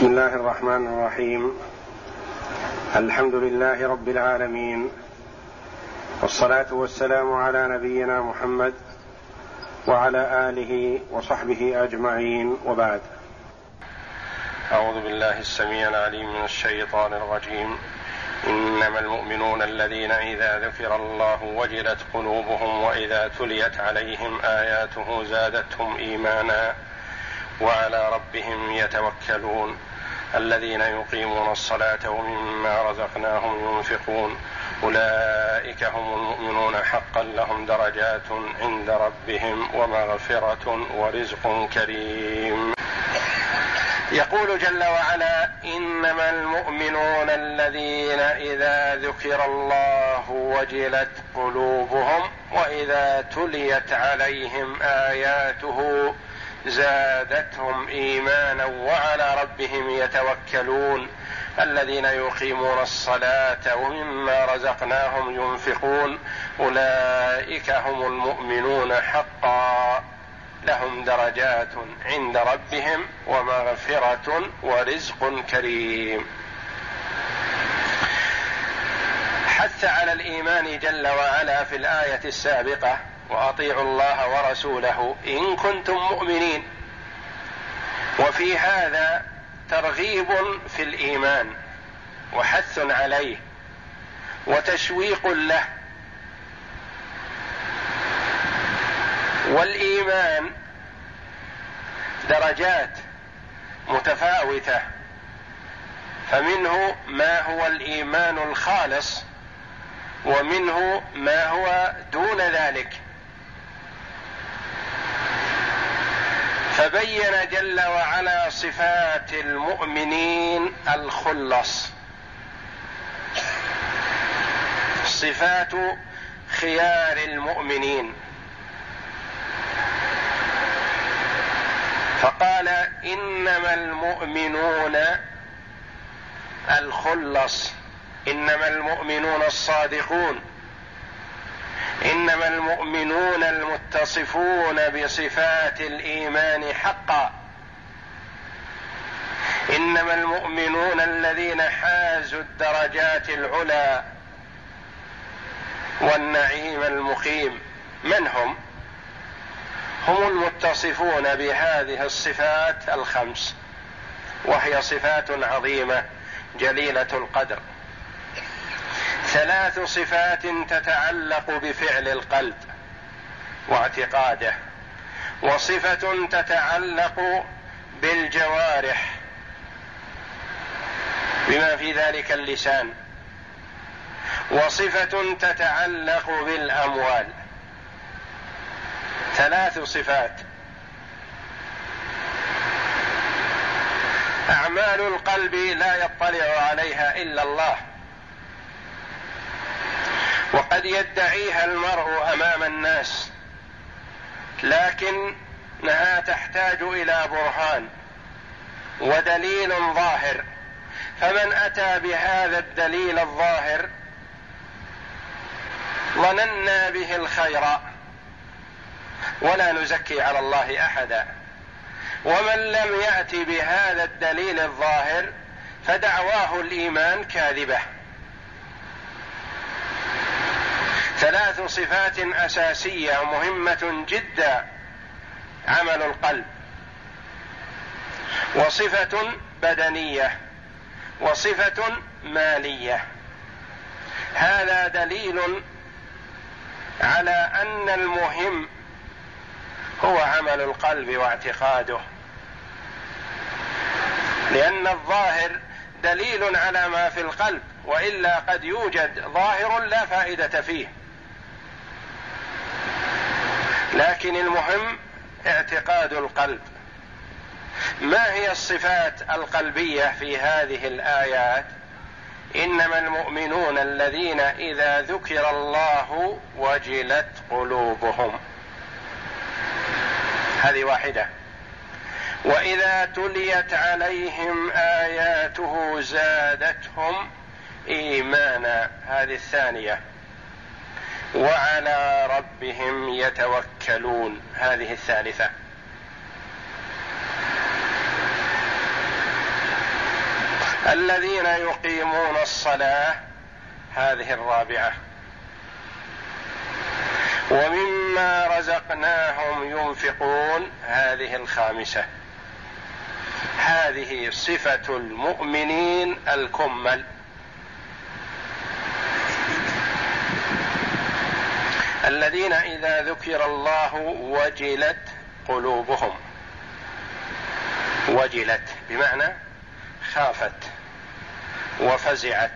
بسم الله الرحمن الرحيم. الحمد لله رب العالمين، والصلاة والسلام على نبينا محمد وعلى آله وصحبه أجمعين، وبعد. أعوذ بالله السميع العليم من الشيطان الرجيم. إنما المؤمنون الذين إذا ذكر الله وجلت قلوبهم وإذا تليت عليهم آياته زادتهم إيمانا وعلى ربهم يتوكلون الذين يقيمون الصلاة ومما رزقناهم ينفقون أولئك هم المؤمنون حقا لهم درجات عند ربهم ومغفرة ورزق كريم. يقول جل وعلا: إنما المؤمنون الذين إذا ذكر الله وجلت قلوبهم وإذا تليت عليهم آياته زادتهم إيمانا وعلى ربهم يتوكلون الذين يقيمون الصلاة ومما رزقناهم ينفقون أولئك هم المؤمنون حقا لهم درجات عند ربهم ومغفرة ورزق كريم. حث على الإيمان جل وعلا في الآية السابقة: وأطيعوا الله ورسوله إن كنتم مؤمنين. وفي هذا ترغيب في الإيمان وحث عليه وتشويق له. والإيمان درجات متفاوتة، فمنه ما هو الإيمان الخالص ومنه ما هو دون ذلك. فبين جل وعلا صفات المؤمنين الخلص، صفات خيار المؤمنين، فقال: إنما المؤمنون الخلص، إنما المؤمنون الصادقون، إنما المؤمنون المتصفون بصفات الإيمان حقا، إنما المؤمنون الذين حازوا الدرجات العلى والنعيم المقيم. من هم؟ هم المتصفون بهذه الصفات الخمس، وهي صفات عظيمة جليلة القدر. 3 صفات تتعلق بفعل القلب واعتقاده، وصفة تتعلق بالجوارح بما في ذلك اللسان، وصفة تتعلق بالأموال. 3 صفات. أعمال القلب لا يطلع عليها إلا الله، وقد يدعيها المرء أمام الناس، لكنها تحتاج إلى برهان ودليل ظاهر. فمن أتى بهذا الدليل الظاهر ظننا به الخير ولا نزكي على الله أحدا، ومن لم يأت بهذا الدليل الظاهر فدعواه الإيمان كاذبة. 3 صفات أساسية مهمة جدا: عمل القلب، وصفة بدنية، وصفة مالية. هذا دليل على أن المهم هو عمل القلب واعتقاده، لأن الظاهر دليل على ما في القلب، وإلا قد يوجد ظاهر لا فائدة فيه. لكن المهم اعتقاد القلب. ما هي الصفات القلبية في هذه الآيات؟ إنما المؤمنون الذين إذا ذكر الله وجلت قلوبهم، هذه واحدة. وإذا تليت عليهم آياته زادتهم إيمانا، هذه الثانية. وعلى ربهم يتوكلون، هذه الثالثة. الذين يقيمون الصلاة هذه الرابعة، ومما رزقناهم ينفقون هذه الخامسة. هذه صفة المؤمنين الكمل، الذين إذا ذكر الله وجلت قلوبهم. وجلت بمعنى خافت وفزعت،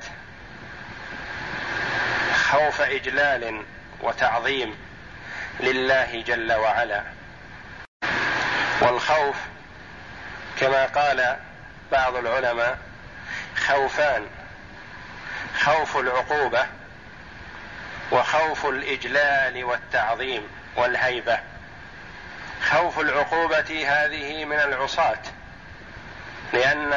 خوف إجلال وتعظيم لله جل وعلا. والخوف كما قال بعض العلماء خوفان: خوف العقوبة وخوف الإجلال والتعظيم والهيبة. خوف العقوبة هذه من العصاة، لأن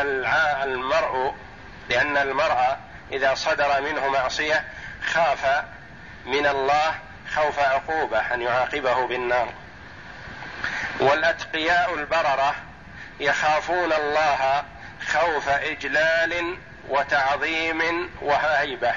المرء إذا صدر منه معصية خاف من الله خوف عقوبة أن يعاقبه بالنار. والأتقياء البررة يخافون الله خوف إجلال وتعظيم وهيبة.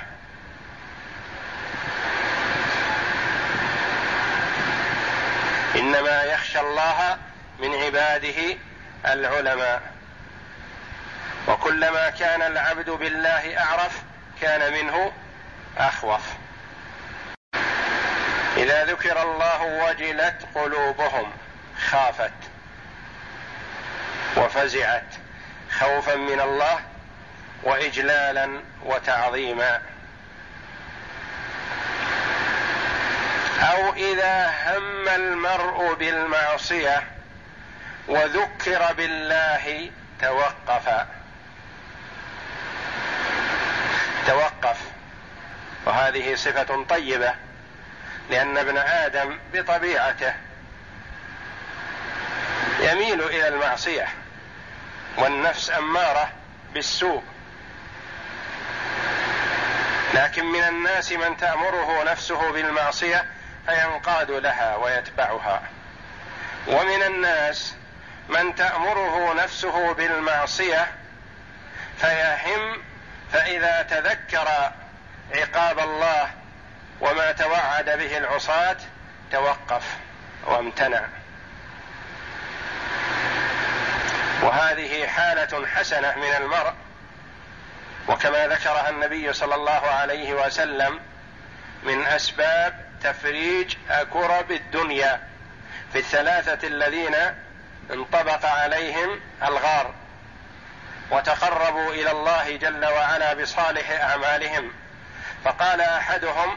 إنما يخشى الله من عباده العلماء. وكلما كان العبد بالله أعرف كان منه أخوف. إذا ذكر الله وجلت قلوبهم، خافت وفزعت خوفا من الله وإجلالا وتعظيما. أو إذا هم المرء بالمعصية وذكر بالله توقف. وهذه صفة طيبة، لأن ابن آدم بطبيعته يميل إلى المعصية، والنفس أمارة بالسوء. لكن من الناس من تأمره نفسه بالمعصية فينقاد لها ويتبعها، ومن الناس من تأمره نفسه بالمعصية فيهم، فإذا تذكر عقاب الله وما توعد به العصاة توقف وامتنع. وهذه حالة حسنة من المرء، وكما ذكرها النبي صلى الله عليه وسلم من أسباب تفريج كرب الدنيا في الثلاثة الذين انطبق عليهم الغار وتقربوا إلى الله جل وعلا بصالح أعمالهم. فقال أحدهم: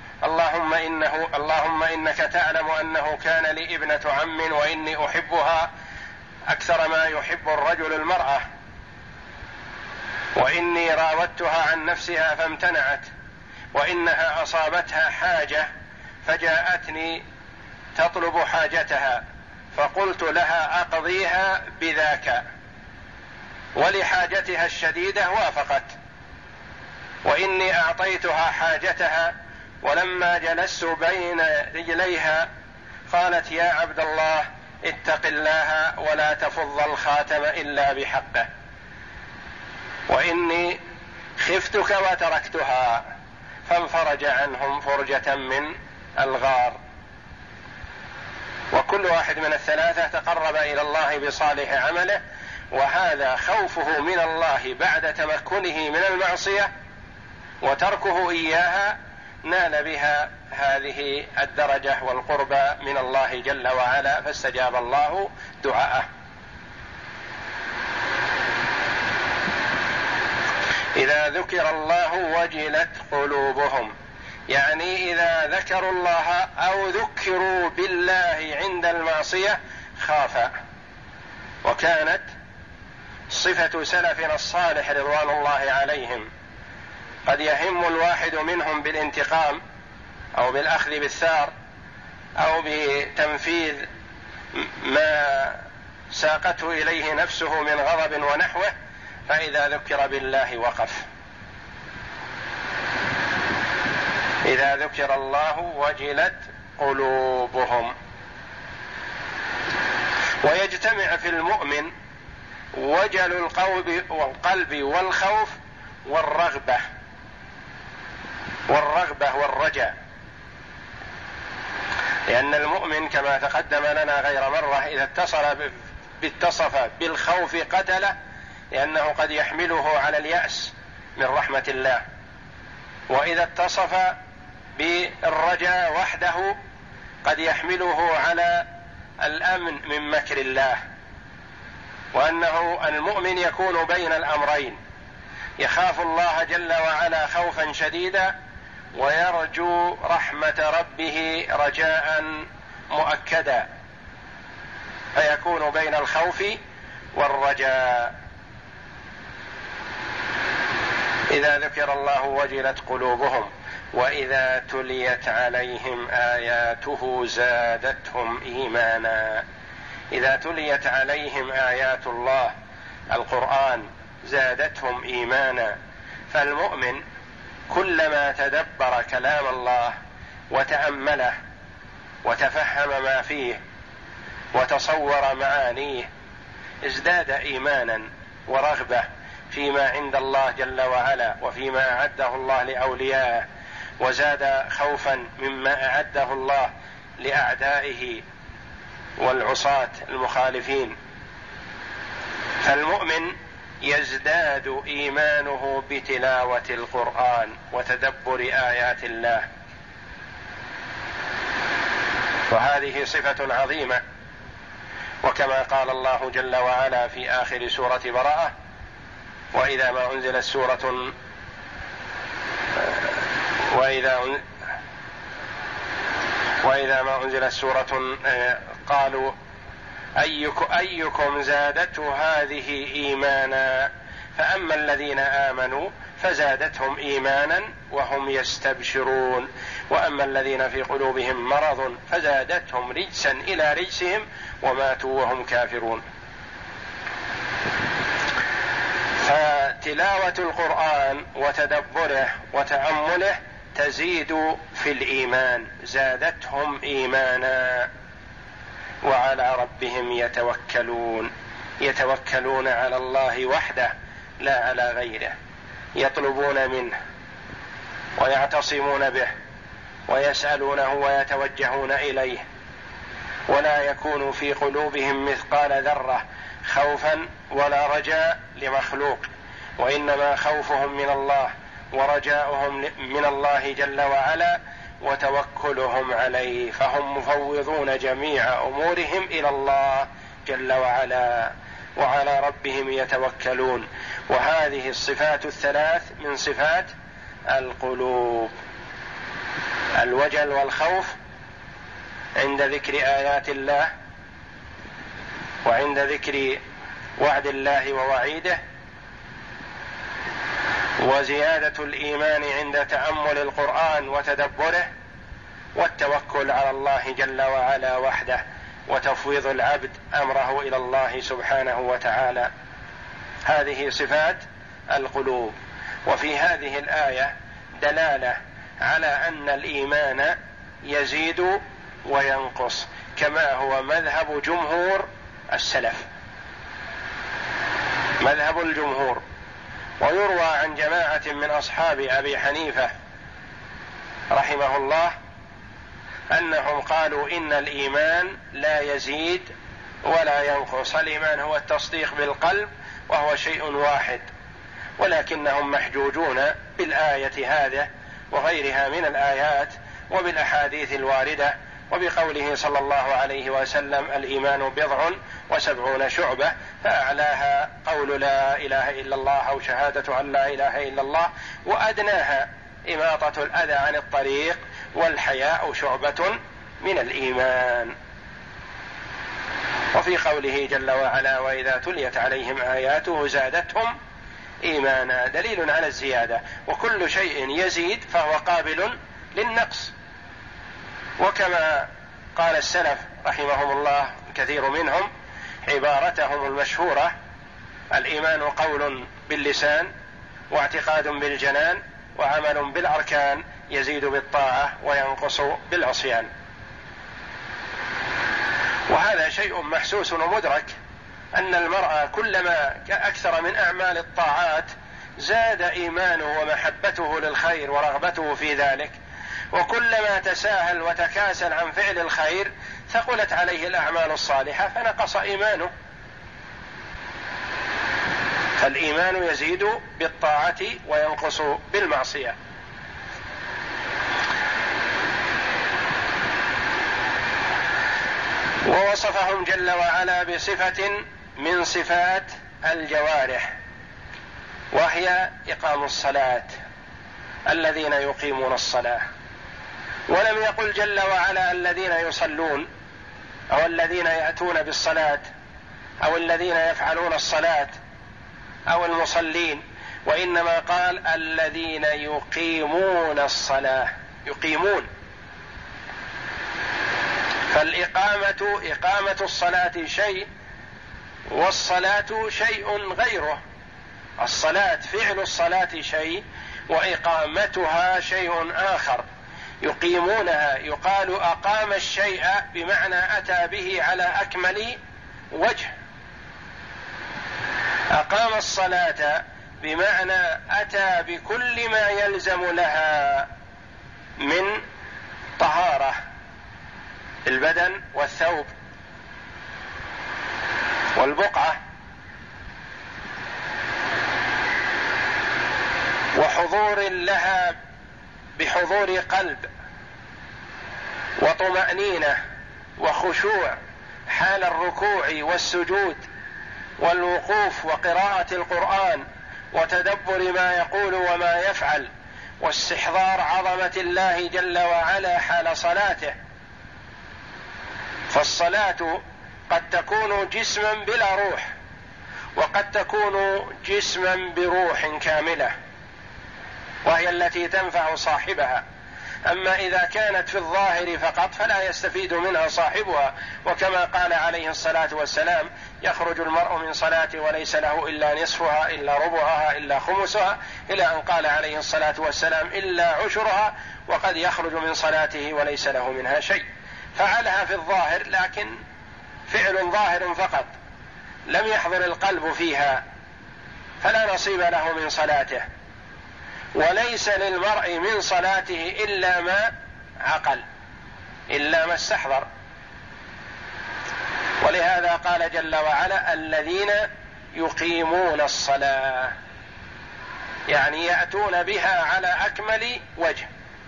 اللهم إنك تعلم أنه كان لي ابنة عم وإني أحبها أكثر ما يحب الرجل المرأة، وإني راودتها عن نفسها فامتنعت، وإنها أصابتها حاجة فجاءتني تطلب حاجتها فقلت لها أقضيها بذاك، ولحاجتها الشديدة وافقت، وإني أعطيتها حاجتها، ولما جلست بين رجليها قالت: يا عبد الله اتق الله ولا تفض الخاتم إلا بحقه، وإني خفتك وتركتها، فانفرج عنهم فرجة من الغار. وكل واحد من الثلاثة تقرب إلى الله بصالح عمله، وهذا خوفه من الله بعد تمكنه من المعصية وتركه إياها نال بها هذه الدرجة والقربى من الله جل وعلا، فاستجاب الله دعاءه. إذا ذكر الله وجلت قلوبهم، يعني إذا ذكروا الله أو ذكروا بالله عند المعصية خاف. وكانت صفة سلفنا الصالح رضوان الله عليهم، قد يهم الواحد منهم بالانتقام أو بالأخذ بالثار أو بتنفيذ ما ساقته إليه نفسه من غضب ونحوه، فإذا ذكر بالله وقف. إذا ذكر الله وجلت قلوبهم. ويجتمع في المؤمن وجل القلب والخوف والرغبة والرجاء، لأن المؤمن كما تقدم لنا غير مرة إذا اتصف بالخوف قتله، لأنه قد يحمله على اليأس من رحمة الله، وإذا اتصف بالرجاء وحده قد يحمله على الأمن من مكر الله، وأنه المؤمن يكون بين الأمرين، يخاف الله جل وعلا خوفا شديدا ويرجو رحمة ربه رجاء مؤكدا، فيكون بين الخوف والرجاء. إذا ذكر الله وجلت قلوبهم وإذا تليت عليهم آياته زادتهم إيمانا. إذا تليت عليهم آيات الله القرآن زادتهم إيمانا، فالمؤمن كلما تدبر كلام الله وتأمله وتفهم ما فيه وتصور معانيه ازداد إيمانا ورغبة فيما عند الله جل وعلا وفيما أعده الله لأوليائه، وزاد خوفا مما أعده الله لأعدائه والعصاة المخالفين. فالمؤمن يزداد إيمانه بتلاوة القرآن وتدبر آيات الله، وهذه صفة عظيمة. وكما قال الله جل وعلا في آخر سورة براءة: وإذا ما أنزلت سورة وإذا ما أنزلت سورة قالوا أيكم زادته هذه إيمانا، فأما الذين آمنوا فزادتهم إيمانا وهم يستبشرون، وأما الذين في قلوبهم مرض فزادتهم رجسا إلى رجسهم وماتوا وهم كافرون. فتلاوة القرآن وتدبره وتأمله تزيد في الإيمان، زادتهم إيمانا، وعلى ربهم يتوكلون على الله وحده لا على غيره، يطلبون منه ويعتصمون به ويسألونه ويتوجهون إليه، ولا يكون في قلوبهم مثقال ذرة خوفا ولا رجاء لمخلوق، وإنما خوفهم من الله ورجاؤهم من الله جل وعلا وتوكلهم عليه، فهم مفوضون جميع أمورهم إلى الله جل وعلا، وعلى ربهم يتوكلون. وهذه الصفات الثلاث من صفات القلوب: الوجل والخوف عند ذكر آيات الله وعند ذكر وعد الله ووعيده، وزيادة الإيمان عند تأمل القرآن وتدبره، والتوكل على الله جل وعلا وحده وتفويض العبد أمره إلى الله سبحانه وتعالى. هذه صفات القلوب. وفي هذه الآية دلالة على أن الإيمان يزيد وينقص، كما هو مذهب جمهور السلف، مذهب الجمهور. ويروى عن جماعة من أصحاب أبي حنيفة رحمه الله أنهم قالوا إن الإيمان لا يزيد ولا ينقص، الإيمان هو التصديق بالقلب وهو شيء واحد، ولكنهم محجوجون بالآية هذه وغيرها من الآيات وبالأحاديث الواردة، وبقوله صلى الله عليه وسلم: الإيمان 70 شعبة، فأعلاها قول لا إله إلا الله أو شهادة أن لا إله إلا الله، وأدناها إماطة الأذى عن الطريق، والحياء شعبة من الإيمان. وفي قوله جل وعلا: وإذا تليت عليهم آياته زادتهم إيمانا، دليل على الزيادة، وكل شيء يزيد فهو قابل للنقص. وكما قال السلف رحمهم الله كثير منهم عبارتهم المشهورة: الإيمان قول باللسان واعتقاد بالجنان وعمل بالأركان، يزيد بالطاعة وينقص بالعصيان. وهذا شيء محسوس ومدرك أن المرء كلما أكثر من أعمال الطاعات زاد إيمانه ومحبته للخير ورغبته في ذلك، وكلما تساهل وتكاسل عن فعل الخير ثقلت عليه الأعمال الصالحة فنقص إيمانه. فالإيمان يزيد بالطاعة وينقص بالمعصية. ووصفهم جل وعلا بصفة من صفات الجوارح، وهي إقام الصلاة، الذين يقيمون الصلاة. ولم يقل جل وعلا الذين يصلون أو الذين يأتون بالصلاة أو الذين يفعلون الصلاة أو المصلين، وإنما قال الذين يقيمون الصلاة، يقيمون. فالإقامة إقامة الصلاة شيء، والصلاة شيء غيره. الصلاة فعل الصلاة شيء، وإقامتها شيء آخر. يقيمونها يقال أقام الشيء بمعنى أتى به على أكمل وجه. أقام الصلاة بمعنى أتى بكل ما يلزم لها من طهارة البدن والثوب والبقعة وحضور لها بحضور قلب وطمأنينة وخشوع حال الركوع والسجود والوقوف وقراءة القرآن وتدبر ما يقول وما يفعل واستحضار عظمة الله جل وعلا حال صلاته. فالصلاة قد تكون جسما بلا روح، وقد تكون جسما بروح كاملة، وهي التي تنفع صاحبها. أما إذا كانت في الظاهر فقط فلا يستفيد منها صاحبها، وكما قال عليه الصلاة والسلام: يخرج المرء من صلاته وليس له إلا نصفها إلا ربعها إلا خمسها، إلى أن قال عليه الصلاة والسلام: إلا عشرها، وقد يخرج من صلاته وليس له منها شيء. فعلها في الظاهر لكن فعل ظاهر فقط، لم يحضر القلب فيها، فلا نصيب له من صلاته. وليس للمرء من صلاته إلا ما عقل، إلا ما استحضر. ولهذا قال جل وعلا: الذين يقيمون الصلاة، يعني يأتون بها على أكمل وجه.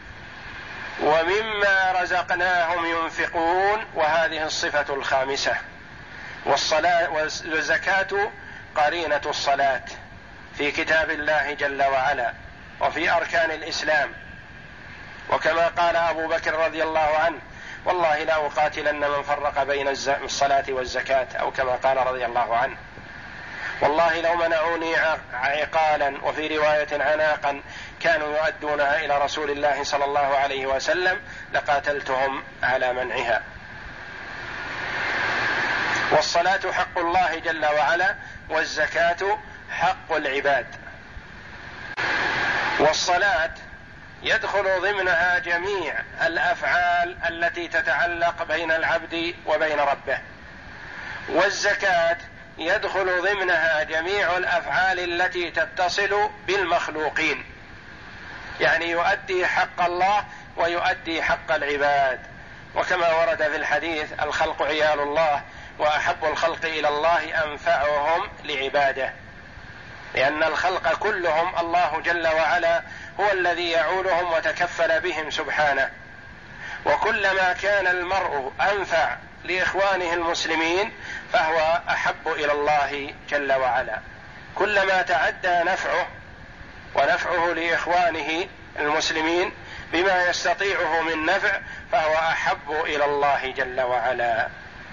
ومما رزقناهم ينفقون، وهذه الصفة الخامسة. والصلاة والزكاة قرينة الصلاة في كتاب الله جل وعلا وفي أركان الإسلام. وكما قال أبو بكر رضي الله عنه: والله لا أقاتلن من فرق بين الصلاة والزكاة، أو كما قال رضي الله عنه: والله لو منعوني عقالا، وفي رواية عناقا، كانوا يؤدونها إلى رسول الله صلى الله عليه وسلم لقاتلتهم على منعها. والصلاة حق الله جل وعلا، والزكاة حق العباد. والصلاة يدخل ضمنها جميع الأفعال التي تتعلق بين العبد وبين ربه، والزكاة يدخل ضمنها جميع الأفعال التي تتصل بالمخلوقين، يعني يؤدي حق الله ويؤدي حق العباد. وكما ورد في الحديث: الخلق عيال الله، وأحب الخلق إلى الله أنفعهم لعباده، لأن الخلق كلهم الله جل وعلا هو الذي يعولهم وتكفل بهم سبحانه. وكلما كان المرء أنفع لإخوانه المسلمين فهو أحب إلى الله جل وعلا. كلما تعدى نفعه ونفعه لإخوانه المسلمين بما يستطيعه من نفع فهو أحب إلى الله جل وعلا.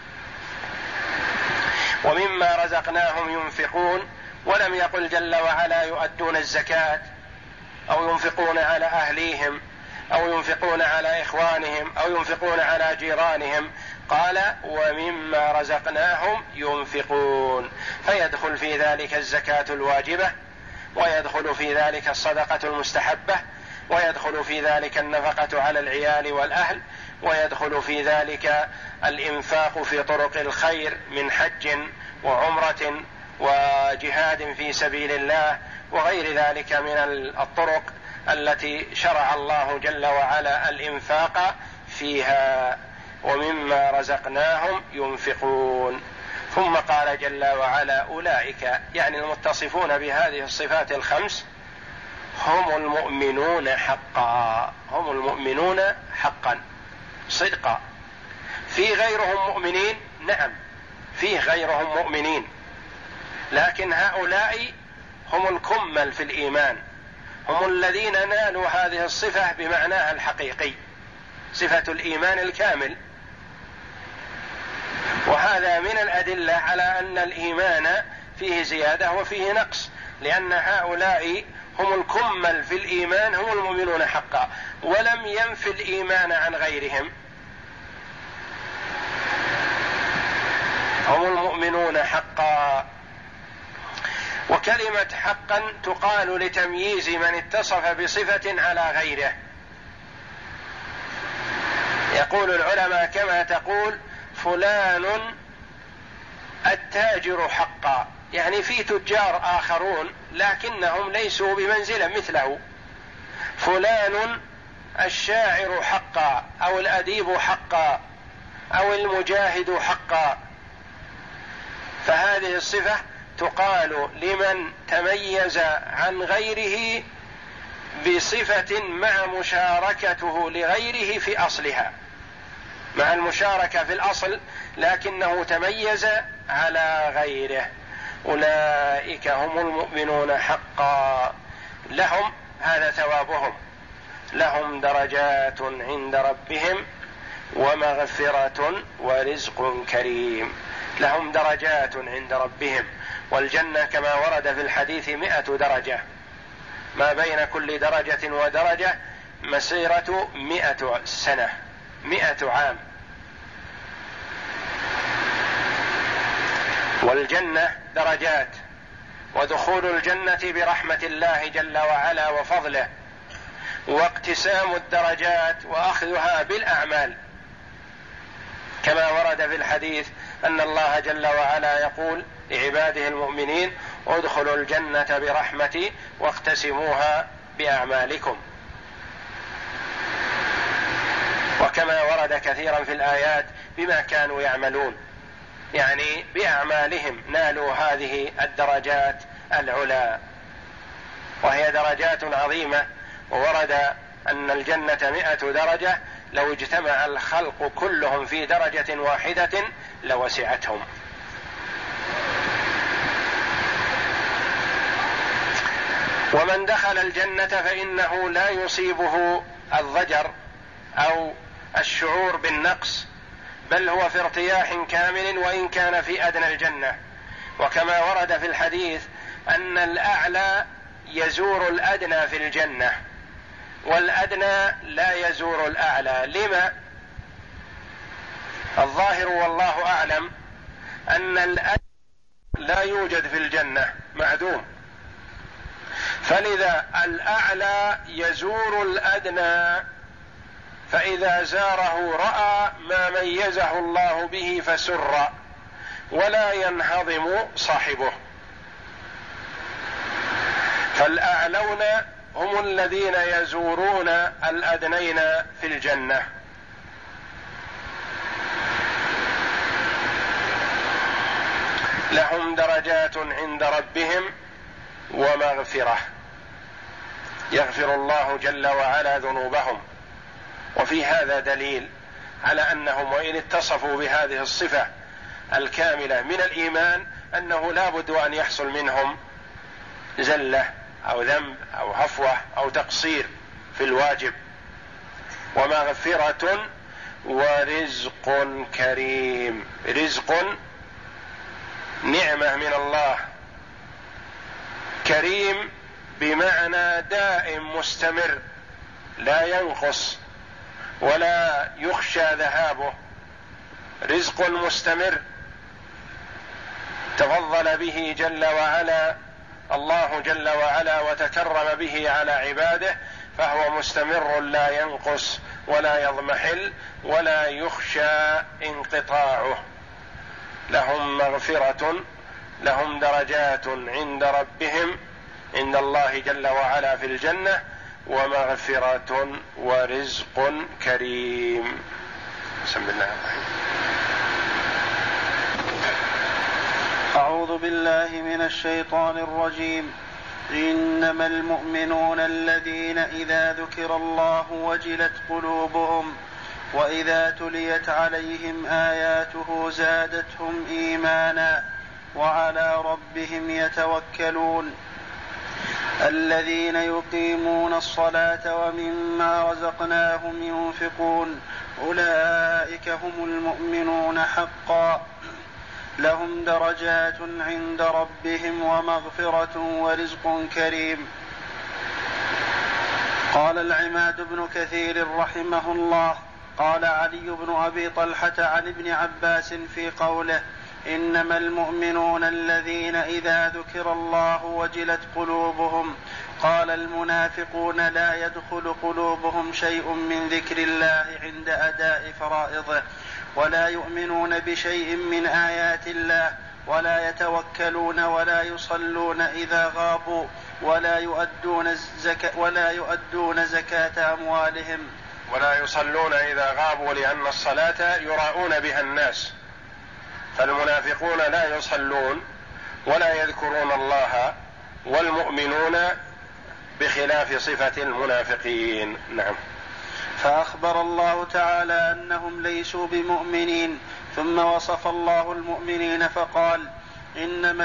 ومما رزقناهم ينفقون، ولم يقل جل وعلا يؤدون الزكاة أو ينفقون على أهليهم أو ينفقون على إخوانهم أو ينفقون على جيرانهم، قال: ومما رزقناهم ينفقون. فيدخل في ذلك الزكاة الواجبة، ويدخل في ذلك الصدقة المستحبة، ويدخل في ذلك النفقة على العيال والأهل، ويدخل في ذلك الإنفاق في طرق الخير من حج وعمرة وجهاد في سبيل الله وغير ذلك من الطرق التي شرع الله جل وعلا الإنفاق فيها، ومما رزقناهم ينفقون. ثم قال جل وعلا أولئك، يعني المتصفون بهذه الصفات الخمس، هم المؤمنون حقا، هم المؤمنون حقا صدقا. في غيرهم مؤمنين؟ نعم فيه غيرهم مؤمنين، لكن هؤلاء هم الكمل في الإيمان، هم الذين نالوا هذه الصفة بمعناها الحقيقي، صفة الإيمان الكامل. وهذا من الأدلة على أن الإيمان فيه زيادة وفيه نقص، لأن هؤلاء هم الكمل في الإيمان، هم المؤمنون حقا، ولم ينفي الإيمان عن غيرهم، هم المؤمنون حقا. وكلمة حقا تقال لتمييز من اتصف بصفة على غيره. يقول العلماء كما تقول فلان التاجر حقا، يعني في تجار آخرون لكنهم ليسوا بمنزلة مثله. فلان الشاعر حقا، أو الأديب حقا، أو المجاهد حقا. فهذه الصفة تقال لمن تميز عن غيره بصفة مع مشاركته لغيره في أصلها، مع المشاركة في الأصل لكنه تميز على غيره. أولئك هم المؤمنون حقا، لهم هذا ثوابهم، لهم درجات عند ربهم ومغفرة ورزق كريم. لهم درجات عند ربهم، والجنة كما ورد في الحديث 100 درجة، ما بين كل درجة ودرجة مسيرة 100 سنة، 100 عام. والجنة درجات، ودخول الجنة برحمة الله جل وعلا وفضله، واقتسام الدرجات وأخذها بالأعمال، كما ورد في الحديث أن الله جل وعلا يقول لعباده المؤمنين ادخلوا الجنة برحمتي واقتسموها بأعمالكم. وكما ورد كثيرا في الآيات بما كانوا يعملون، يعني بأعمالهم نالوا هذه الدرجات العلى، وهي درجات عظيمة. وورد أن الجنة 100 درجة، لو اجتمع الخلق كلهم في درجة واحدة لوسعتهم. ومن دخل الجنة فإنه لا يصيبه الضجر أو الشعور بالنقص، بل هو في ارتياح كامل وإن كان في أدنى الجنة. وكما ورد في الحديث أن الأعلى يزور الأدنى في الجنة، والأدنى لا يزور الأعلى. لما؟ الظاهر والله أعلم أن الأدنى لا يوجد في الجنة، معدوم، فلذا الأعلى يزور الأدنى، فإذا زاره رأى ما ميزه الله به فسر، ولا ينهضم صاحبه. فالأعلون هم الذين يزورون الأدنين في الجنة. لهم درجات عند ربهم ومغفرة، يغفر الله جل وعلا ذنوبهم. وفي هذا دليل على أنهم وإن اتصفوا بهذه الصفة الكاملة من الإيمان أنه لا بد أن يحصل منهم زلة أو ذنب أو هفوة أو تقصير في الواجب. ومغفرة ورزق كريم، رزق نعمة من الله، كريم بمعنى دائم مستمر لا ينقص ولا يخشى ذهابه، رزق مستمر تفضل به جل وعلا الله جل وعلا وتكرم به على عباده، فهو مستمر لا ينقص ولا يضمحل ولا يخشى انقطاعه. لهم مغفرة، لهم درجات عند ربهم، عند الله جل وعلا في الجنة، ومغفرة ورزق كريم. بسم الله الرحمن الرحيم. أعوذ بالله من الشيطان الرجيم. إنما المؤمنون الذين إذا ذكر الله وجلت قلوبهم وإذا تليت عليهم آياته زادتهم إيمانا وعلى ربهم يتوكلون. الذين يقيمون الصلاة ومما رزقناهم ينفقون أولئك هم المؤمنون حقا لهم درجات عند ربهم ومغفرة ورزق كريم. قال العماد بن كثير رحمه الله: قال علي بن أبي طلحة عن ابن عباس في قوله: إنما المؤمنون الذين إذا ذكر الله وجلت قلوبهم، قال المنافقون لا يدخل قلوبهم شيء من ذكر الله عند أداء فرائضه، ولا يؤمنون بشيء من آيات الله، ولا يتوكلون ولا يصلون إذا غابوا، ولا يؤدون زكاة أموالهم. ولا يصلون إذا غابوا، لأن الصلاة يراءون بها الناس، فالمنافقون لا يصلون ولا يذكرون الله، والمؤمنون بخلاف صفة المنافقين. نعم. فأخبر الله تعالى أنهم ليسوا بمؤمنين، ثم وصف الله المؤمنين فقال: إنما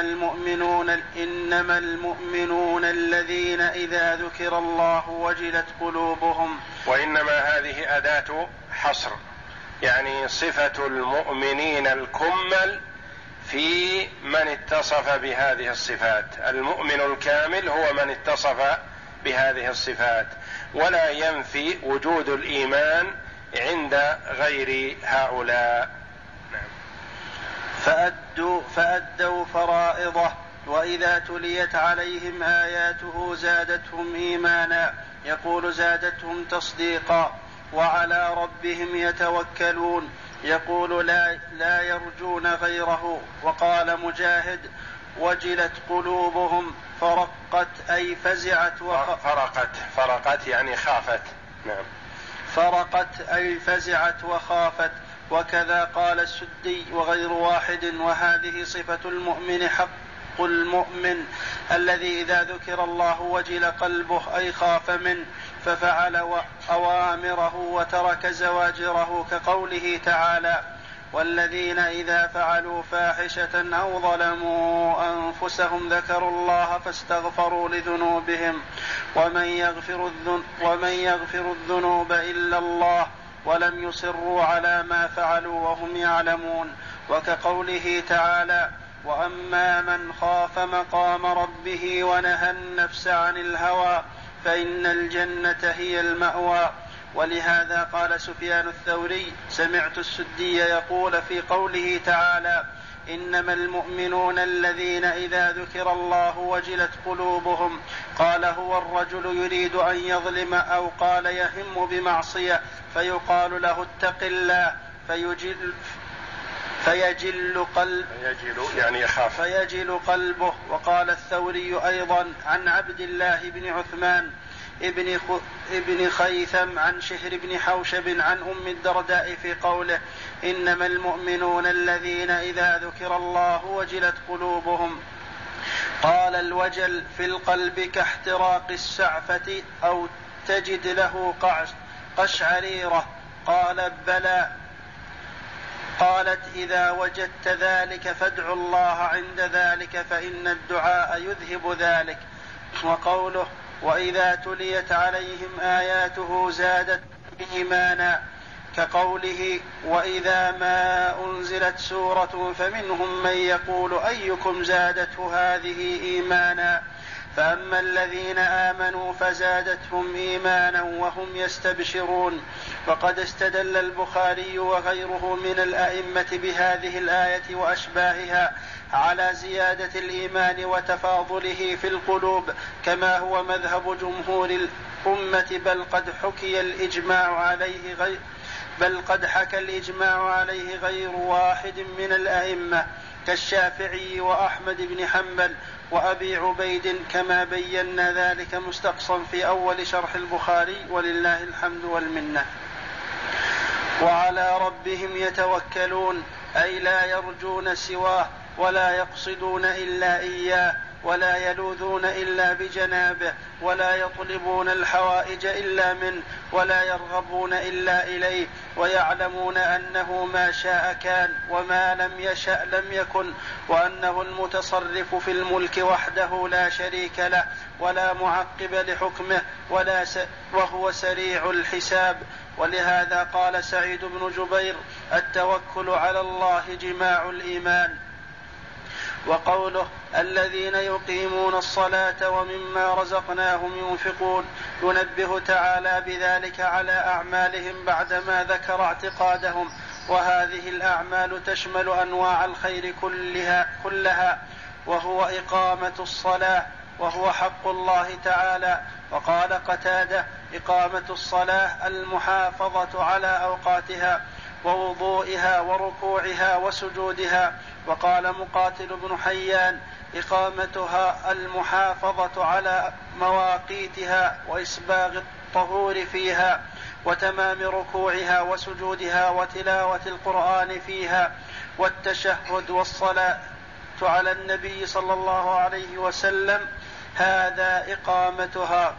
المؤمنون الذين إذا ذكر الله وجلت قلوبهم. وإنما هذه أداة حصر، يعني صفة المؤمنين الكمل في من اتصف بهذه الصفات. المؤمن الكامل هو من اتصف بهذه الصفات، ولا ينفي وجود الإيمان عند غير هؤلاء. فأدوا فرائضه، وإذا تليت عليهم آياته زادتهم إيمانا، يقول زادتهم تصديقا، وعلى ربهم يتوكلون، يقول لا يرجون غيره. وقال مجاهد: وجلت قلوبهم فرقت أي فزعت فرقت يعني خافت. نعم. فرقت أي فزعت وخافت. وكذا قال السدي وغير واحد. وهذه صفة المؤمن حق المؤمن الذي إذا ذكر الله وجل قلبه أي خاف منه ففعل أوامره وترك زواجره، كقوله تعالى: والذين إذا فعلوا فاحشة أو ظلموا أنفسهم ذكروا الله فاستغفروا لذنوبهم ومن يغفر الذنوب إلا الله ولم يصروا على ما فعلوا وهم يعلمون. وكقوله تعالى: وأما من خاف مقام ربه ونهى النفس عن الهوى فإن الجنة هي المأوى. ولهذا قال سفيان الثوري: سمعت السدي يقول في قوله تعالى: إنما المؤمنون الذين إذا ذكر الله وجلت قلوبهم، قال: هو الرجل يريد أن يظلم، أو قال يهم بمعصية فيقال له اتق الله فيجل قلبه. وقال الثوري أيضا عن عبد الله بن عثمان ابن خيثم عن شهر بن حوشب عن أم الدرداء في قوله: إنما المؤمنون الذين إذا ذكر الله وجلت قلوبهم. قال: الوجل في القلب كاحتراق السعفة أو تجد له قشعريرة. قال: بلى. قالت: إذا وجدت ذلك فادع الله عند ذلك فإن الدعاء يذهب ذلك. وقوله: وإذا تليت عليهم آياته زادت إيمانا، كقوله: وإذا ما أنزلت سورة فمنهم من يقول أيكم زادته هذه إيمانا. فأما الذين آمنوا فزادتهم إيمانا وهم يستبشرون. وقد استدل البخاري وغيره من الأئمة بهذه الآية وأشباهها على زيادة الإيمان وتفاضله في القلوب، كما هو مذهب جمهور الأمة، بل قد حكي الإجماع عليه بل قد حكى الإجماع عليه غير واحد من الأئمة كالشافعي وأحمد بن حنبل وأبي عبيد، كما بينا ذلك مستقصا في أول شرح البخاري ولله الحمد والمنة. وعلى ربهم يتوكلون، أي لا يرجون سواه ولا يقصدون إلا إياه ولا يلوذون إلا بجنابه ولا يطلبون الحوائج إلا منه ولا يرغبون إلا إليه، ويعلمون أنه ما شاء كان وما لم يشأ لم يكن، وأنه المتصرف في الملك وحده لا شريك له ولا معقب لحكمه وهو سريع الحساب. ولهذا قال سعيد بن جبير: التوكل على الله جماع الإيمان. وقوله: الذين يقيمون الصلاة ومما رزقناهم ينفقون، ينبه تعالى بذلك على أعمالهم بعدما ذكر اعتقادهم، وهذه الأعمال تشمل أنواع الخير كلها، وهو إقامة الصلاة، وهو حق الله تعالى. وقال قتادة: إقامة الصلاة المحافظة على أوقاتها ووضوئها وركوعها وسجودها. وقال مقاتل بن حيان: إقامتها المحافظة على مواقيتها وإسباغ الطهور فيها وتمام ركوعها وسجودها وتلاوة القرآن فيها والتشهد والصلاة على النبي صلى الله عليه وسلم، هذا إقامتها.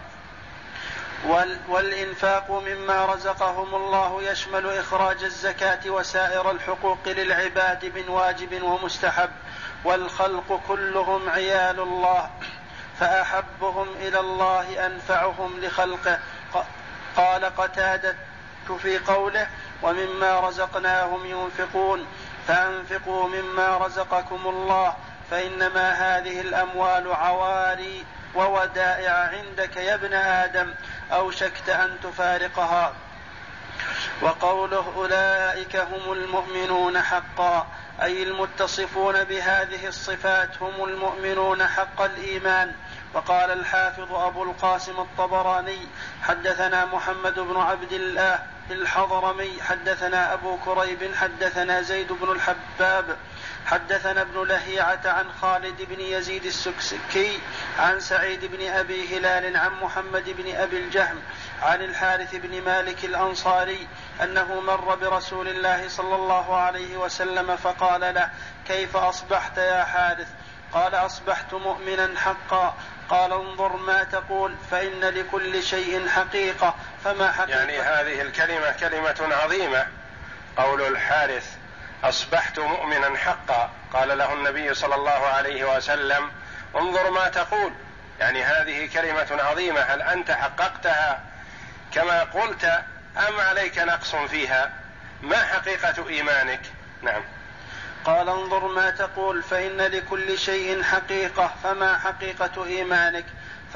والإنفاق مما رزقهم الله يشمل إخراج الزكاة وسائر الحقوق للعباد من واجب ومستحب، والخلق كلهم عيال الله، فأحبهم إلى الله أنفعهم لخلقه. قال قتادة في قوله: ومما رزقناهم ينفقون، فأنفقوا مما رزقكم الله، فإنما هذه الأموال عواري وودائع عندك يا ابن آدم، أوشكت أن تفارقها. وقوله: أولئك هم المؤمنون حقا، أي المتصفون بهذه الصفات هم المؤمنون حق الإيمان. وقال الحافظ أبو القاسم الطبراني: حدثنا محمد بن عبد الله الحضرمي حدثنا أبو كريب حدثنا زيد بن الحباب حدثنا ابن لهيعة عن خالد بن يزيد السكسكي عن سعيد بن أبي هلال عن محمد بن أبي الجهم عن الحارث بن مالك الأنصاري أنه مر برسول الله صلى الله عليه وسلم فقال له: كيف أصبحت يا حارث؟ قال: أصبحت مؤمنا حقا. قال: انظر ما تقول، فإن لكل شيء حقيقة، فما حقيقة؟ يعني هذه الكلمة كلمة عظيمة، قول الحارث: أصبحت مؤمنا حقا. قال له النبي صلى الله عليه وسلم: انظر ما تقول، يعني هذه كلمة عظيمة، هل أنت حققتها كما قلت أم عليك نقص فيها؟ ما حقيقة إيمانك؟ نعم. قال: انظر ما تقول، فإن لكل شيء حقيقة، فما حقيقة إيمانك؟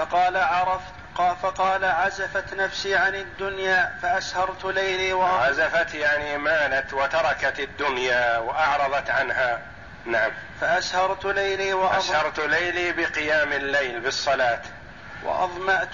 فقال: عزفت نفسي عن الدنيا فأسهرت ليلي عزفت يعني مالت وتركت الدنيا وأعرضت عنها. نعم. فأسهرت ليلي بقيام الليل بالصلاة. وأظمأت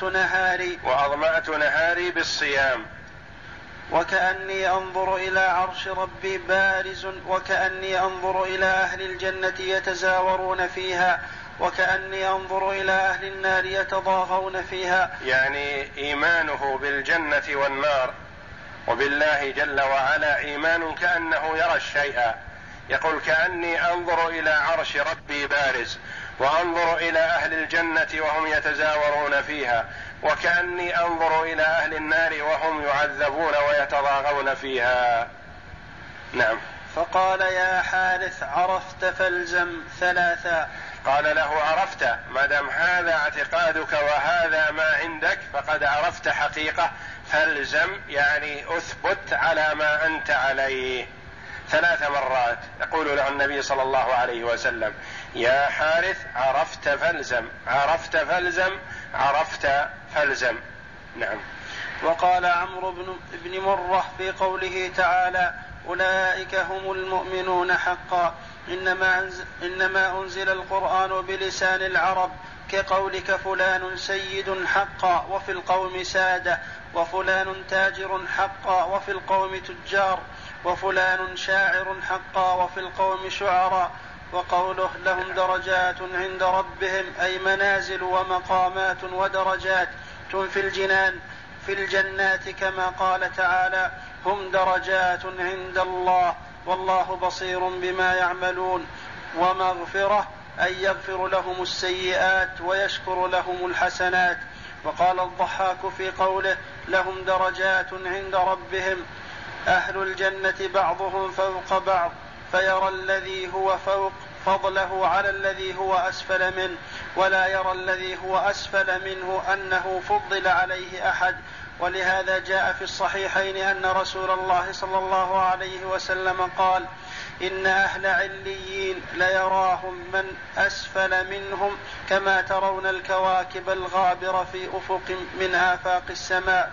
نهاري بالصيام. وكأني أنظر إلى عرش ربي بارز، وكأني أنظر إلى أهل الجنة يتزاورون فيها، وكأني أنظر إلى أهل النار يتضاغون فيها. يعني إيمانه بالجنة والنار وبالله جل وعلا إيمان كأنه يرى الشيء. يقول: كأني أنظر إلى عرش ربي بارز، وأنظر إلى أهل الجنة وهم يتزاورون فيها، وكأني أنظر إلى أهل النار وهم يعذبون ويتضاغون فيها. نعم. فقال: يا حارث، عرفت فالزم 3. قال له: عرفت، ما دام هذا اعتقادك وهذا ما عندك فقد عرفت حقيقة، فالزم يعني أثبت على ما أنت عليه. 3 مرات يقول له النبي صلى الله عليه وسلم: يا حارث، عرفت فالزم، عرفت فالزم، عرفت فالزم. نعم. وقال عمرو بن مرة في قوله تعالى: أولئك هم المؤمنون حقا، إنما أنزل القرآن بلسان العرب كقولك فلان سيد حقا وفي القوم سادة، وفلان تاجر حقا وفي القوم تجار، وفلان شاعر حقا وفي القوم شعراء. وقوله لهم درجات عند ربهم أي منازل ومقامات ودرجات في الجنات كما قال تعالى هم درجات عند الله والله بصير بما يعملون. ومغفرة أي يغفر لهم السيئات ويشكر لهم الحسنات. وقال الضحاك في قوله لهم درجات عند ربهم أهل الجنة بعضهم فوق بعض فيرى الذي هو فوق فضله على الذي هو أسفل منه، ولا يرى الذي هو أسفل منه أنه فضل عليه أحد. ولهذا جاء في الصحيحين أن رسول الله صلى الله عليه وسلم قال إن أهل عليين ليراهم من أسفل منهم كما ترون الكواكب الغابرة في أفق من آفاق السماء،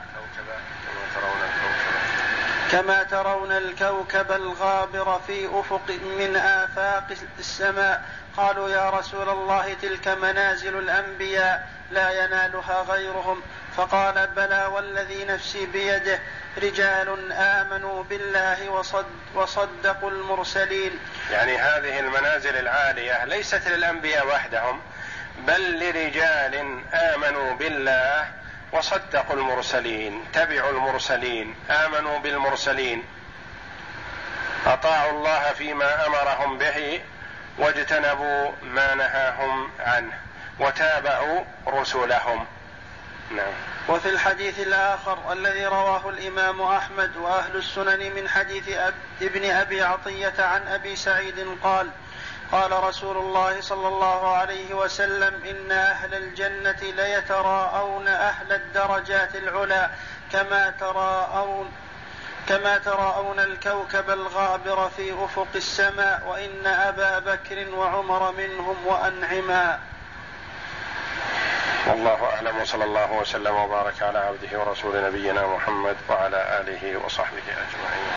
كما ترون الكوكب الغابر في أفق من آفاق السماء. قالوا يا رسول الله تلك منازل الأنبياء لا ينالها غيرهم. فقال بلى والذي نفسي بيده رجال آمنوا بالله وصدقوا المرسلين. يعني هذه المنازل العالية ليست للأنبياء وحدهم بل لرجال آمنوا بالله وصدقوا المرسلين، تبعوا المرسلين، آمنوا بالمرسلين، أطاعوا الله فيما أمرهم به واجتنبوا ما نهاهم عنه وتابعوا رسلهم. نعم. وفي الحديث الآخر الذي رواه الإمام أحمد وأهل السنن من حديث ابن أبي عطية عن أبي سعيد قال قال رسول الله صلى الله عليه وسلم إن أهل الجنة ليتراءون أهل الدرجات العلى كما تراءون الكوكب الغابر في أفق السماء، وإن أبا بكر وعمر منهم وأنعما. والله أعلم، وصلى الله وسلم وبارك على عبده ورسول نبينا محمد وعلى آله وصحبه أجمعين.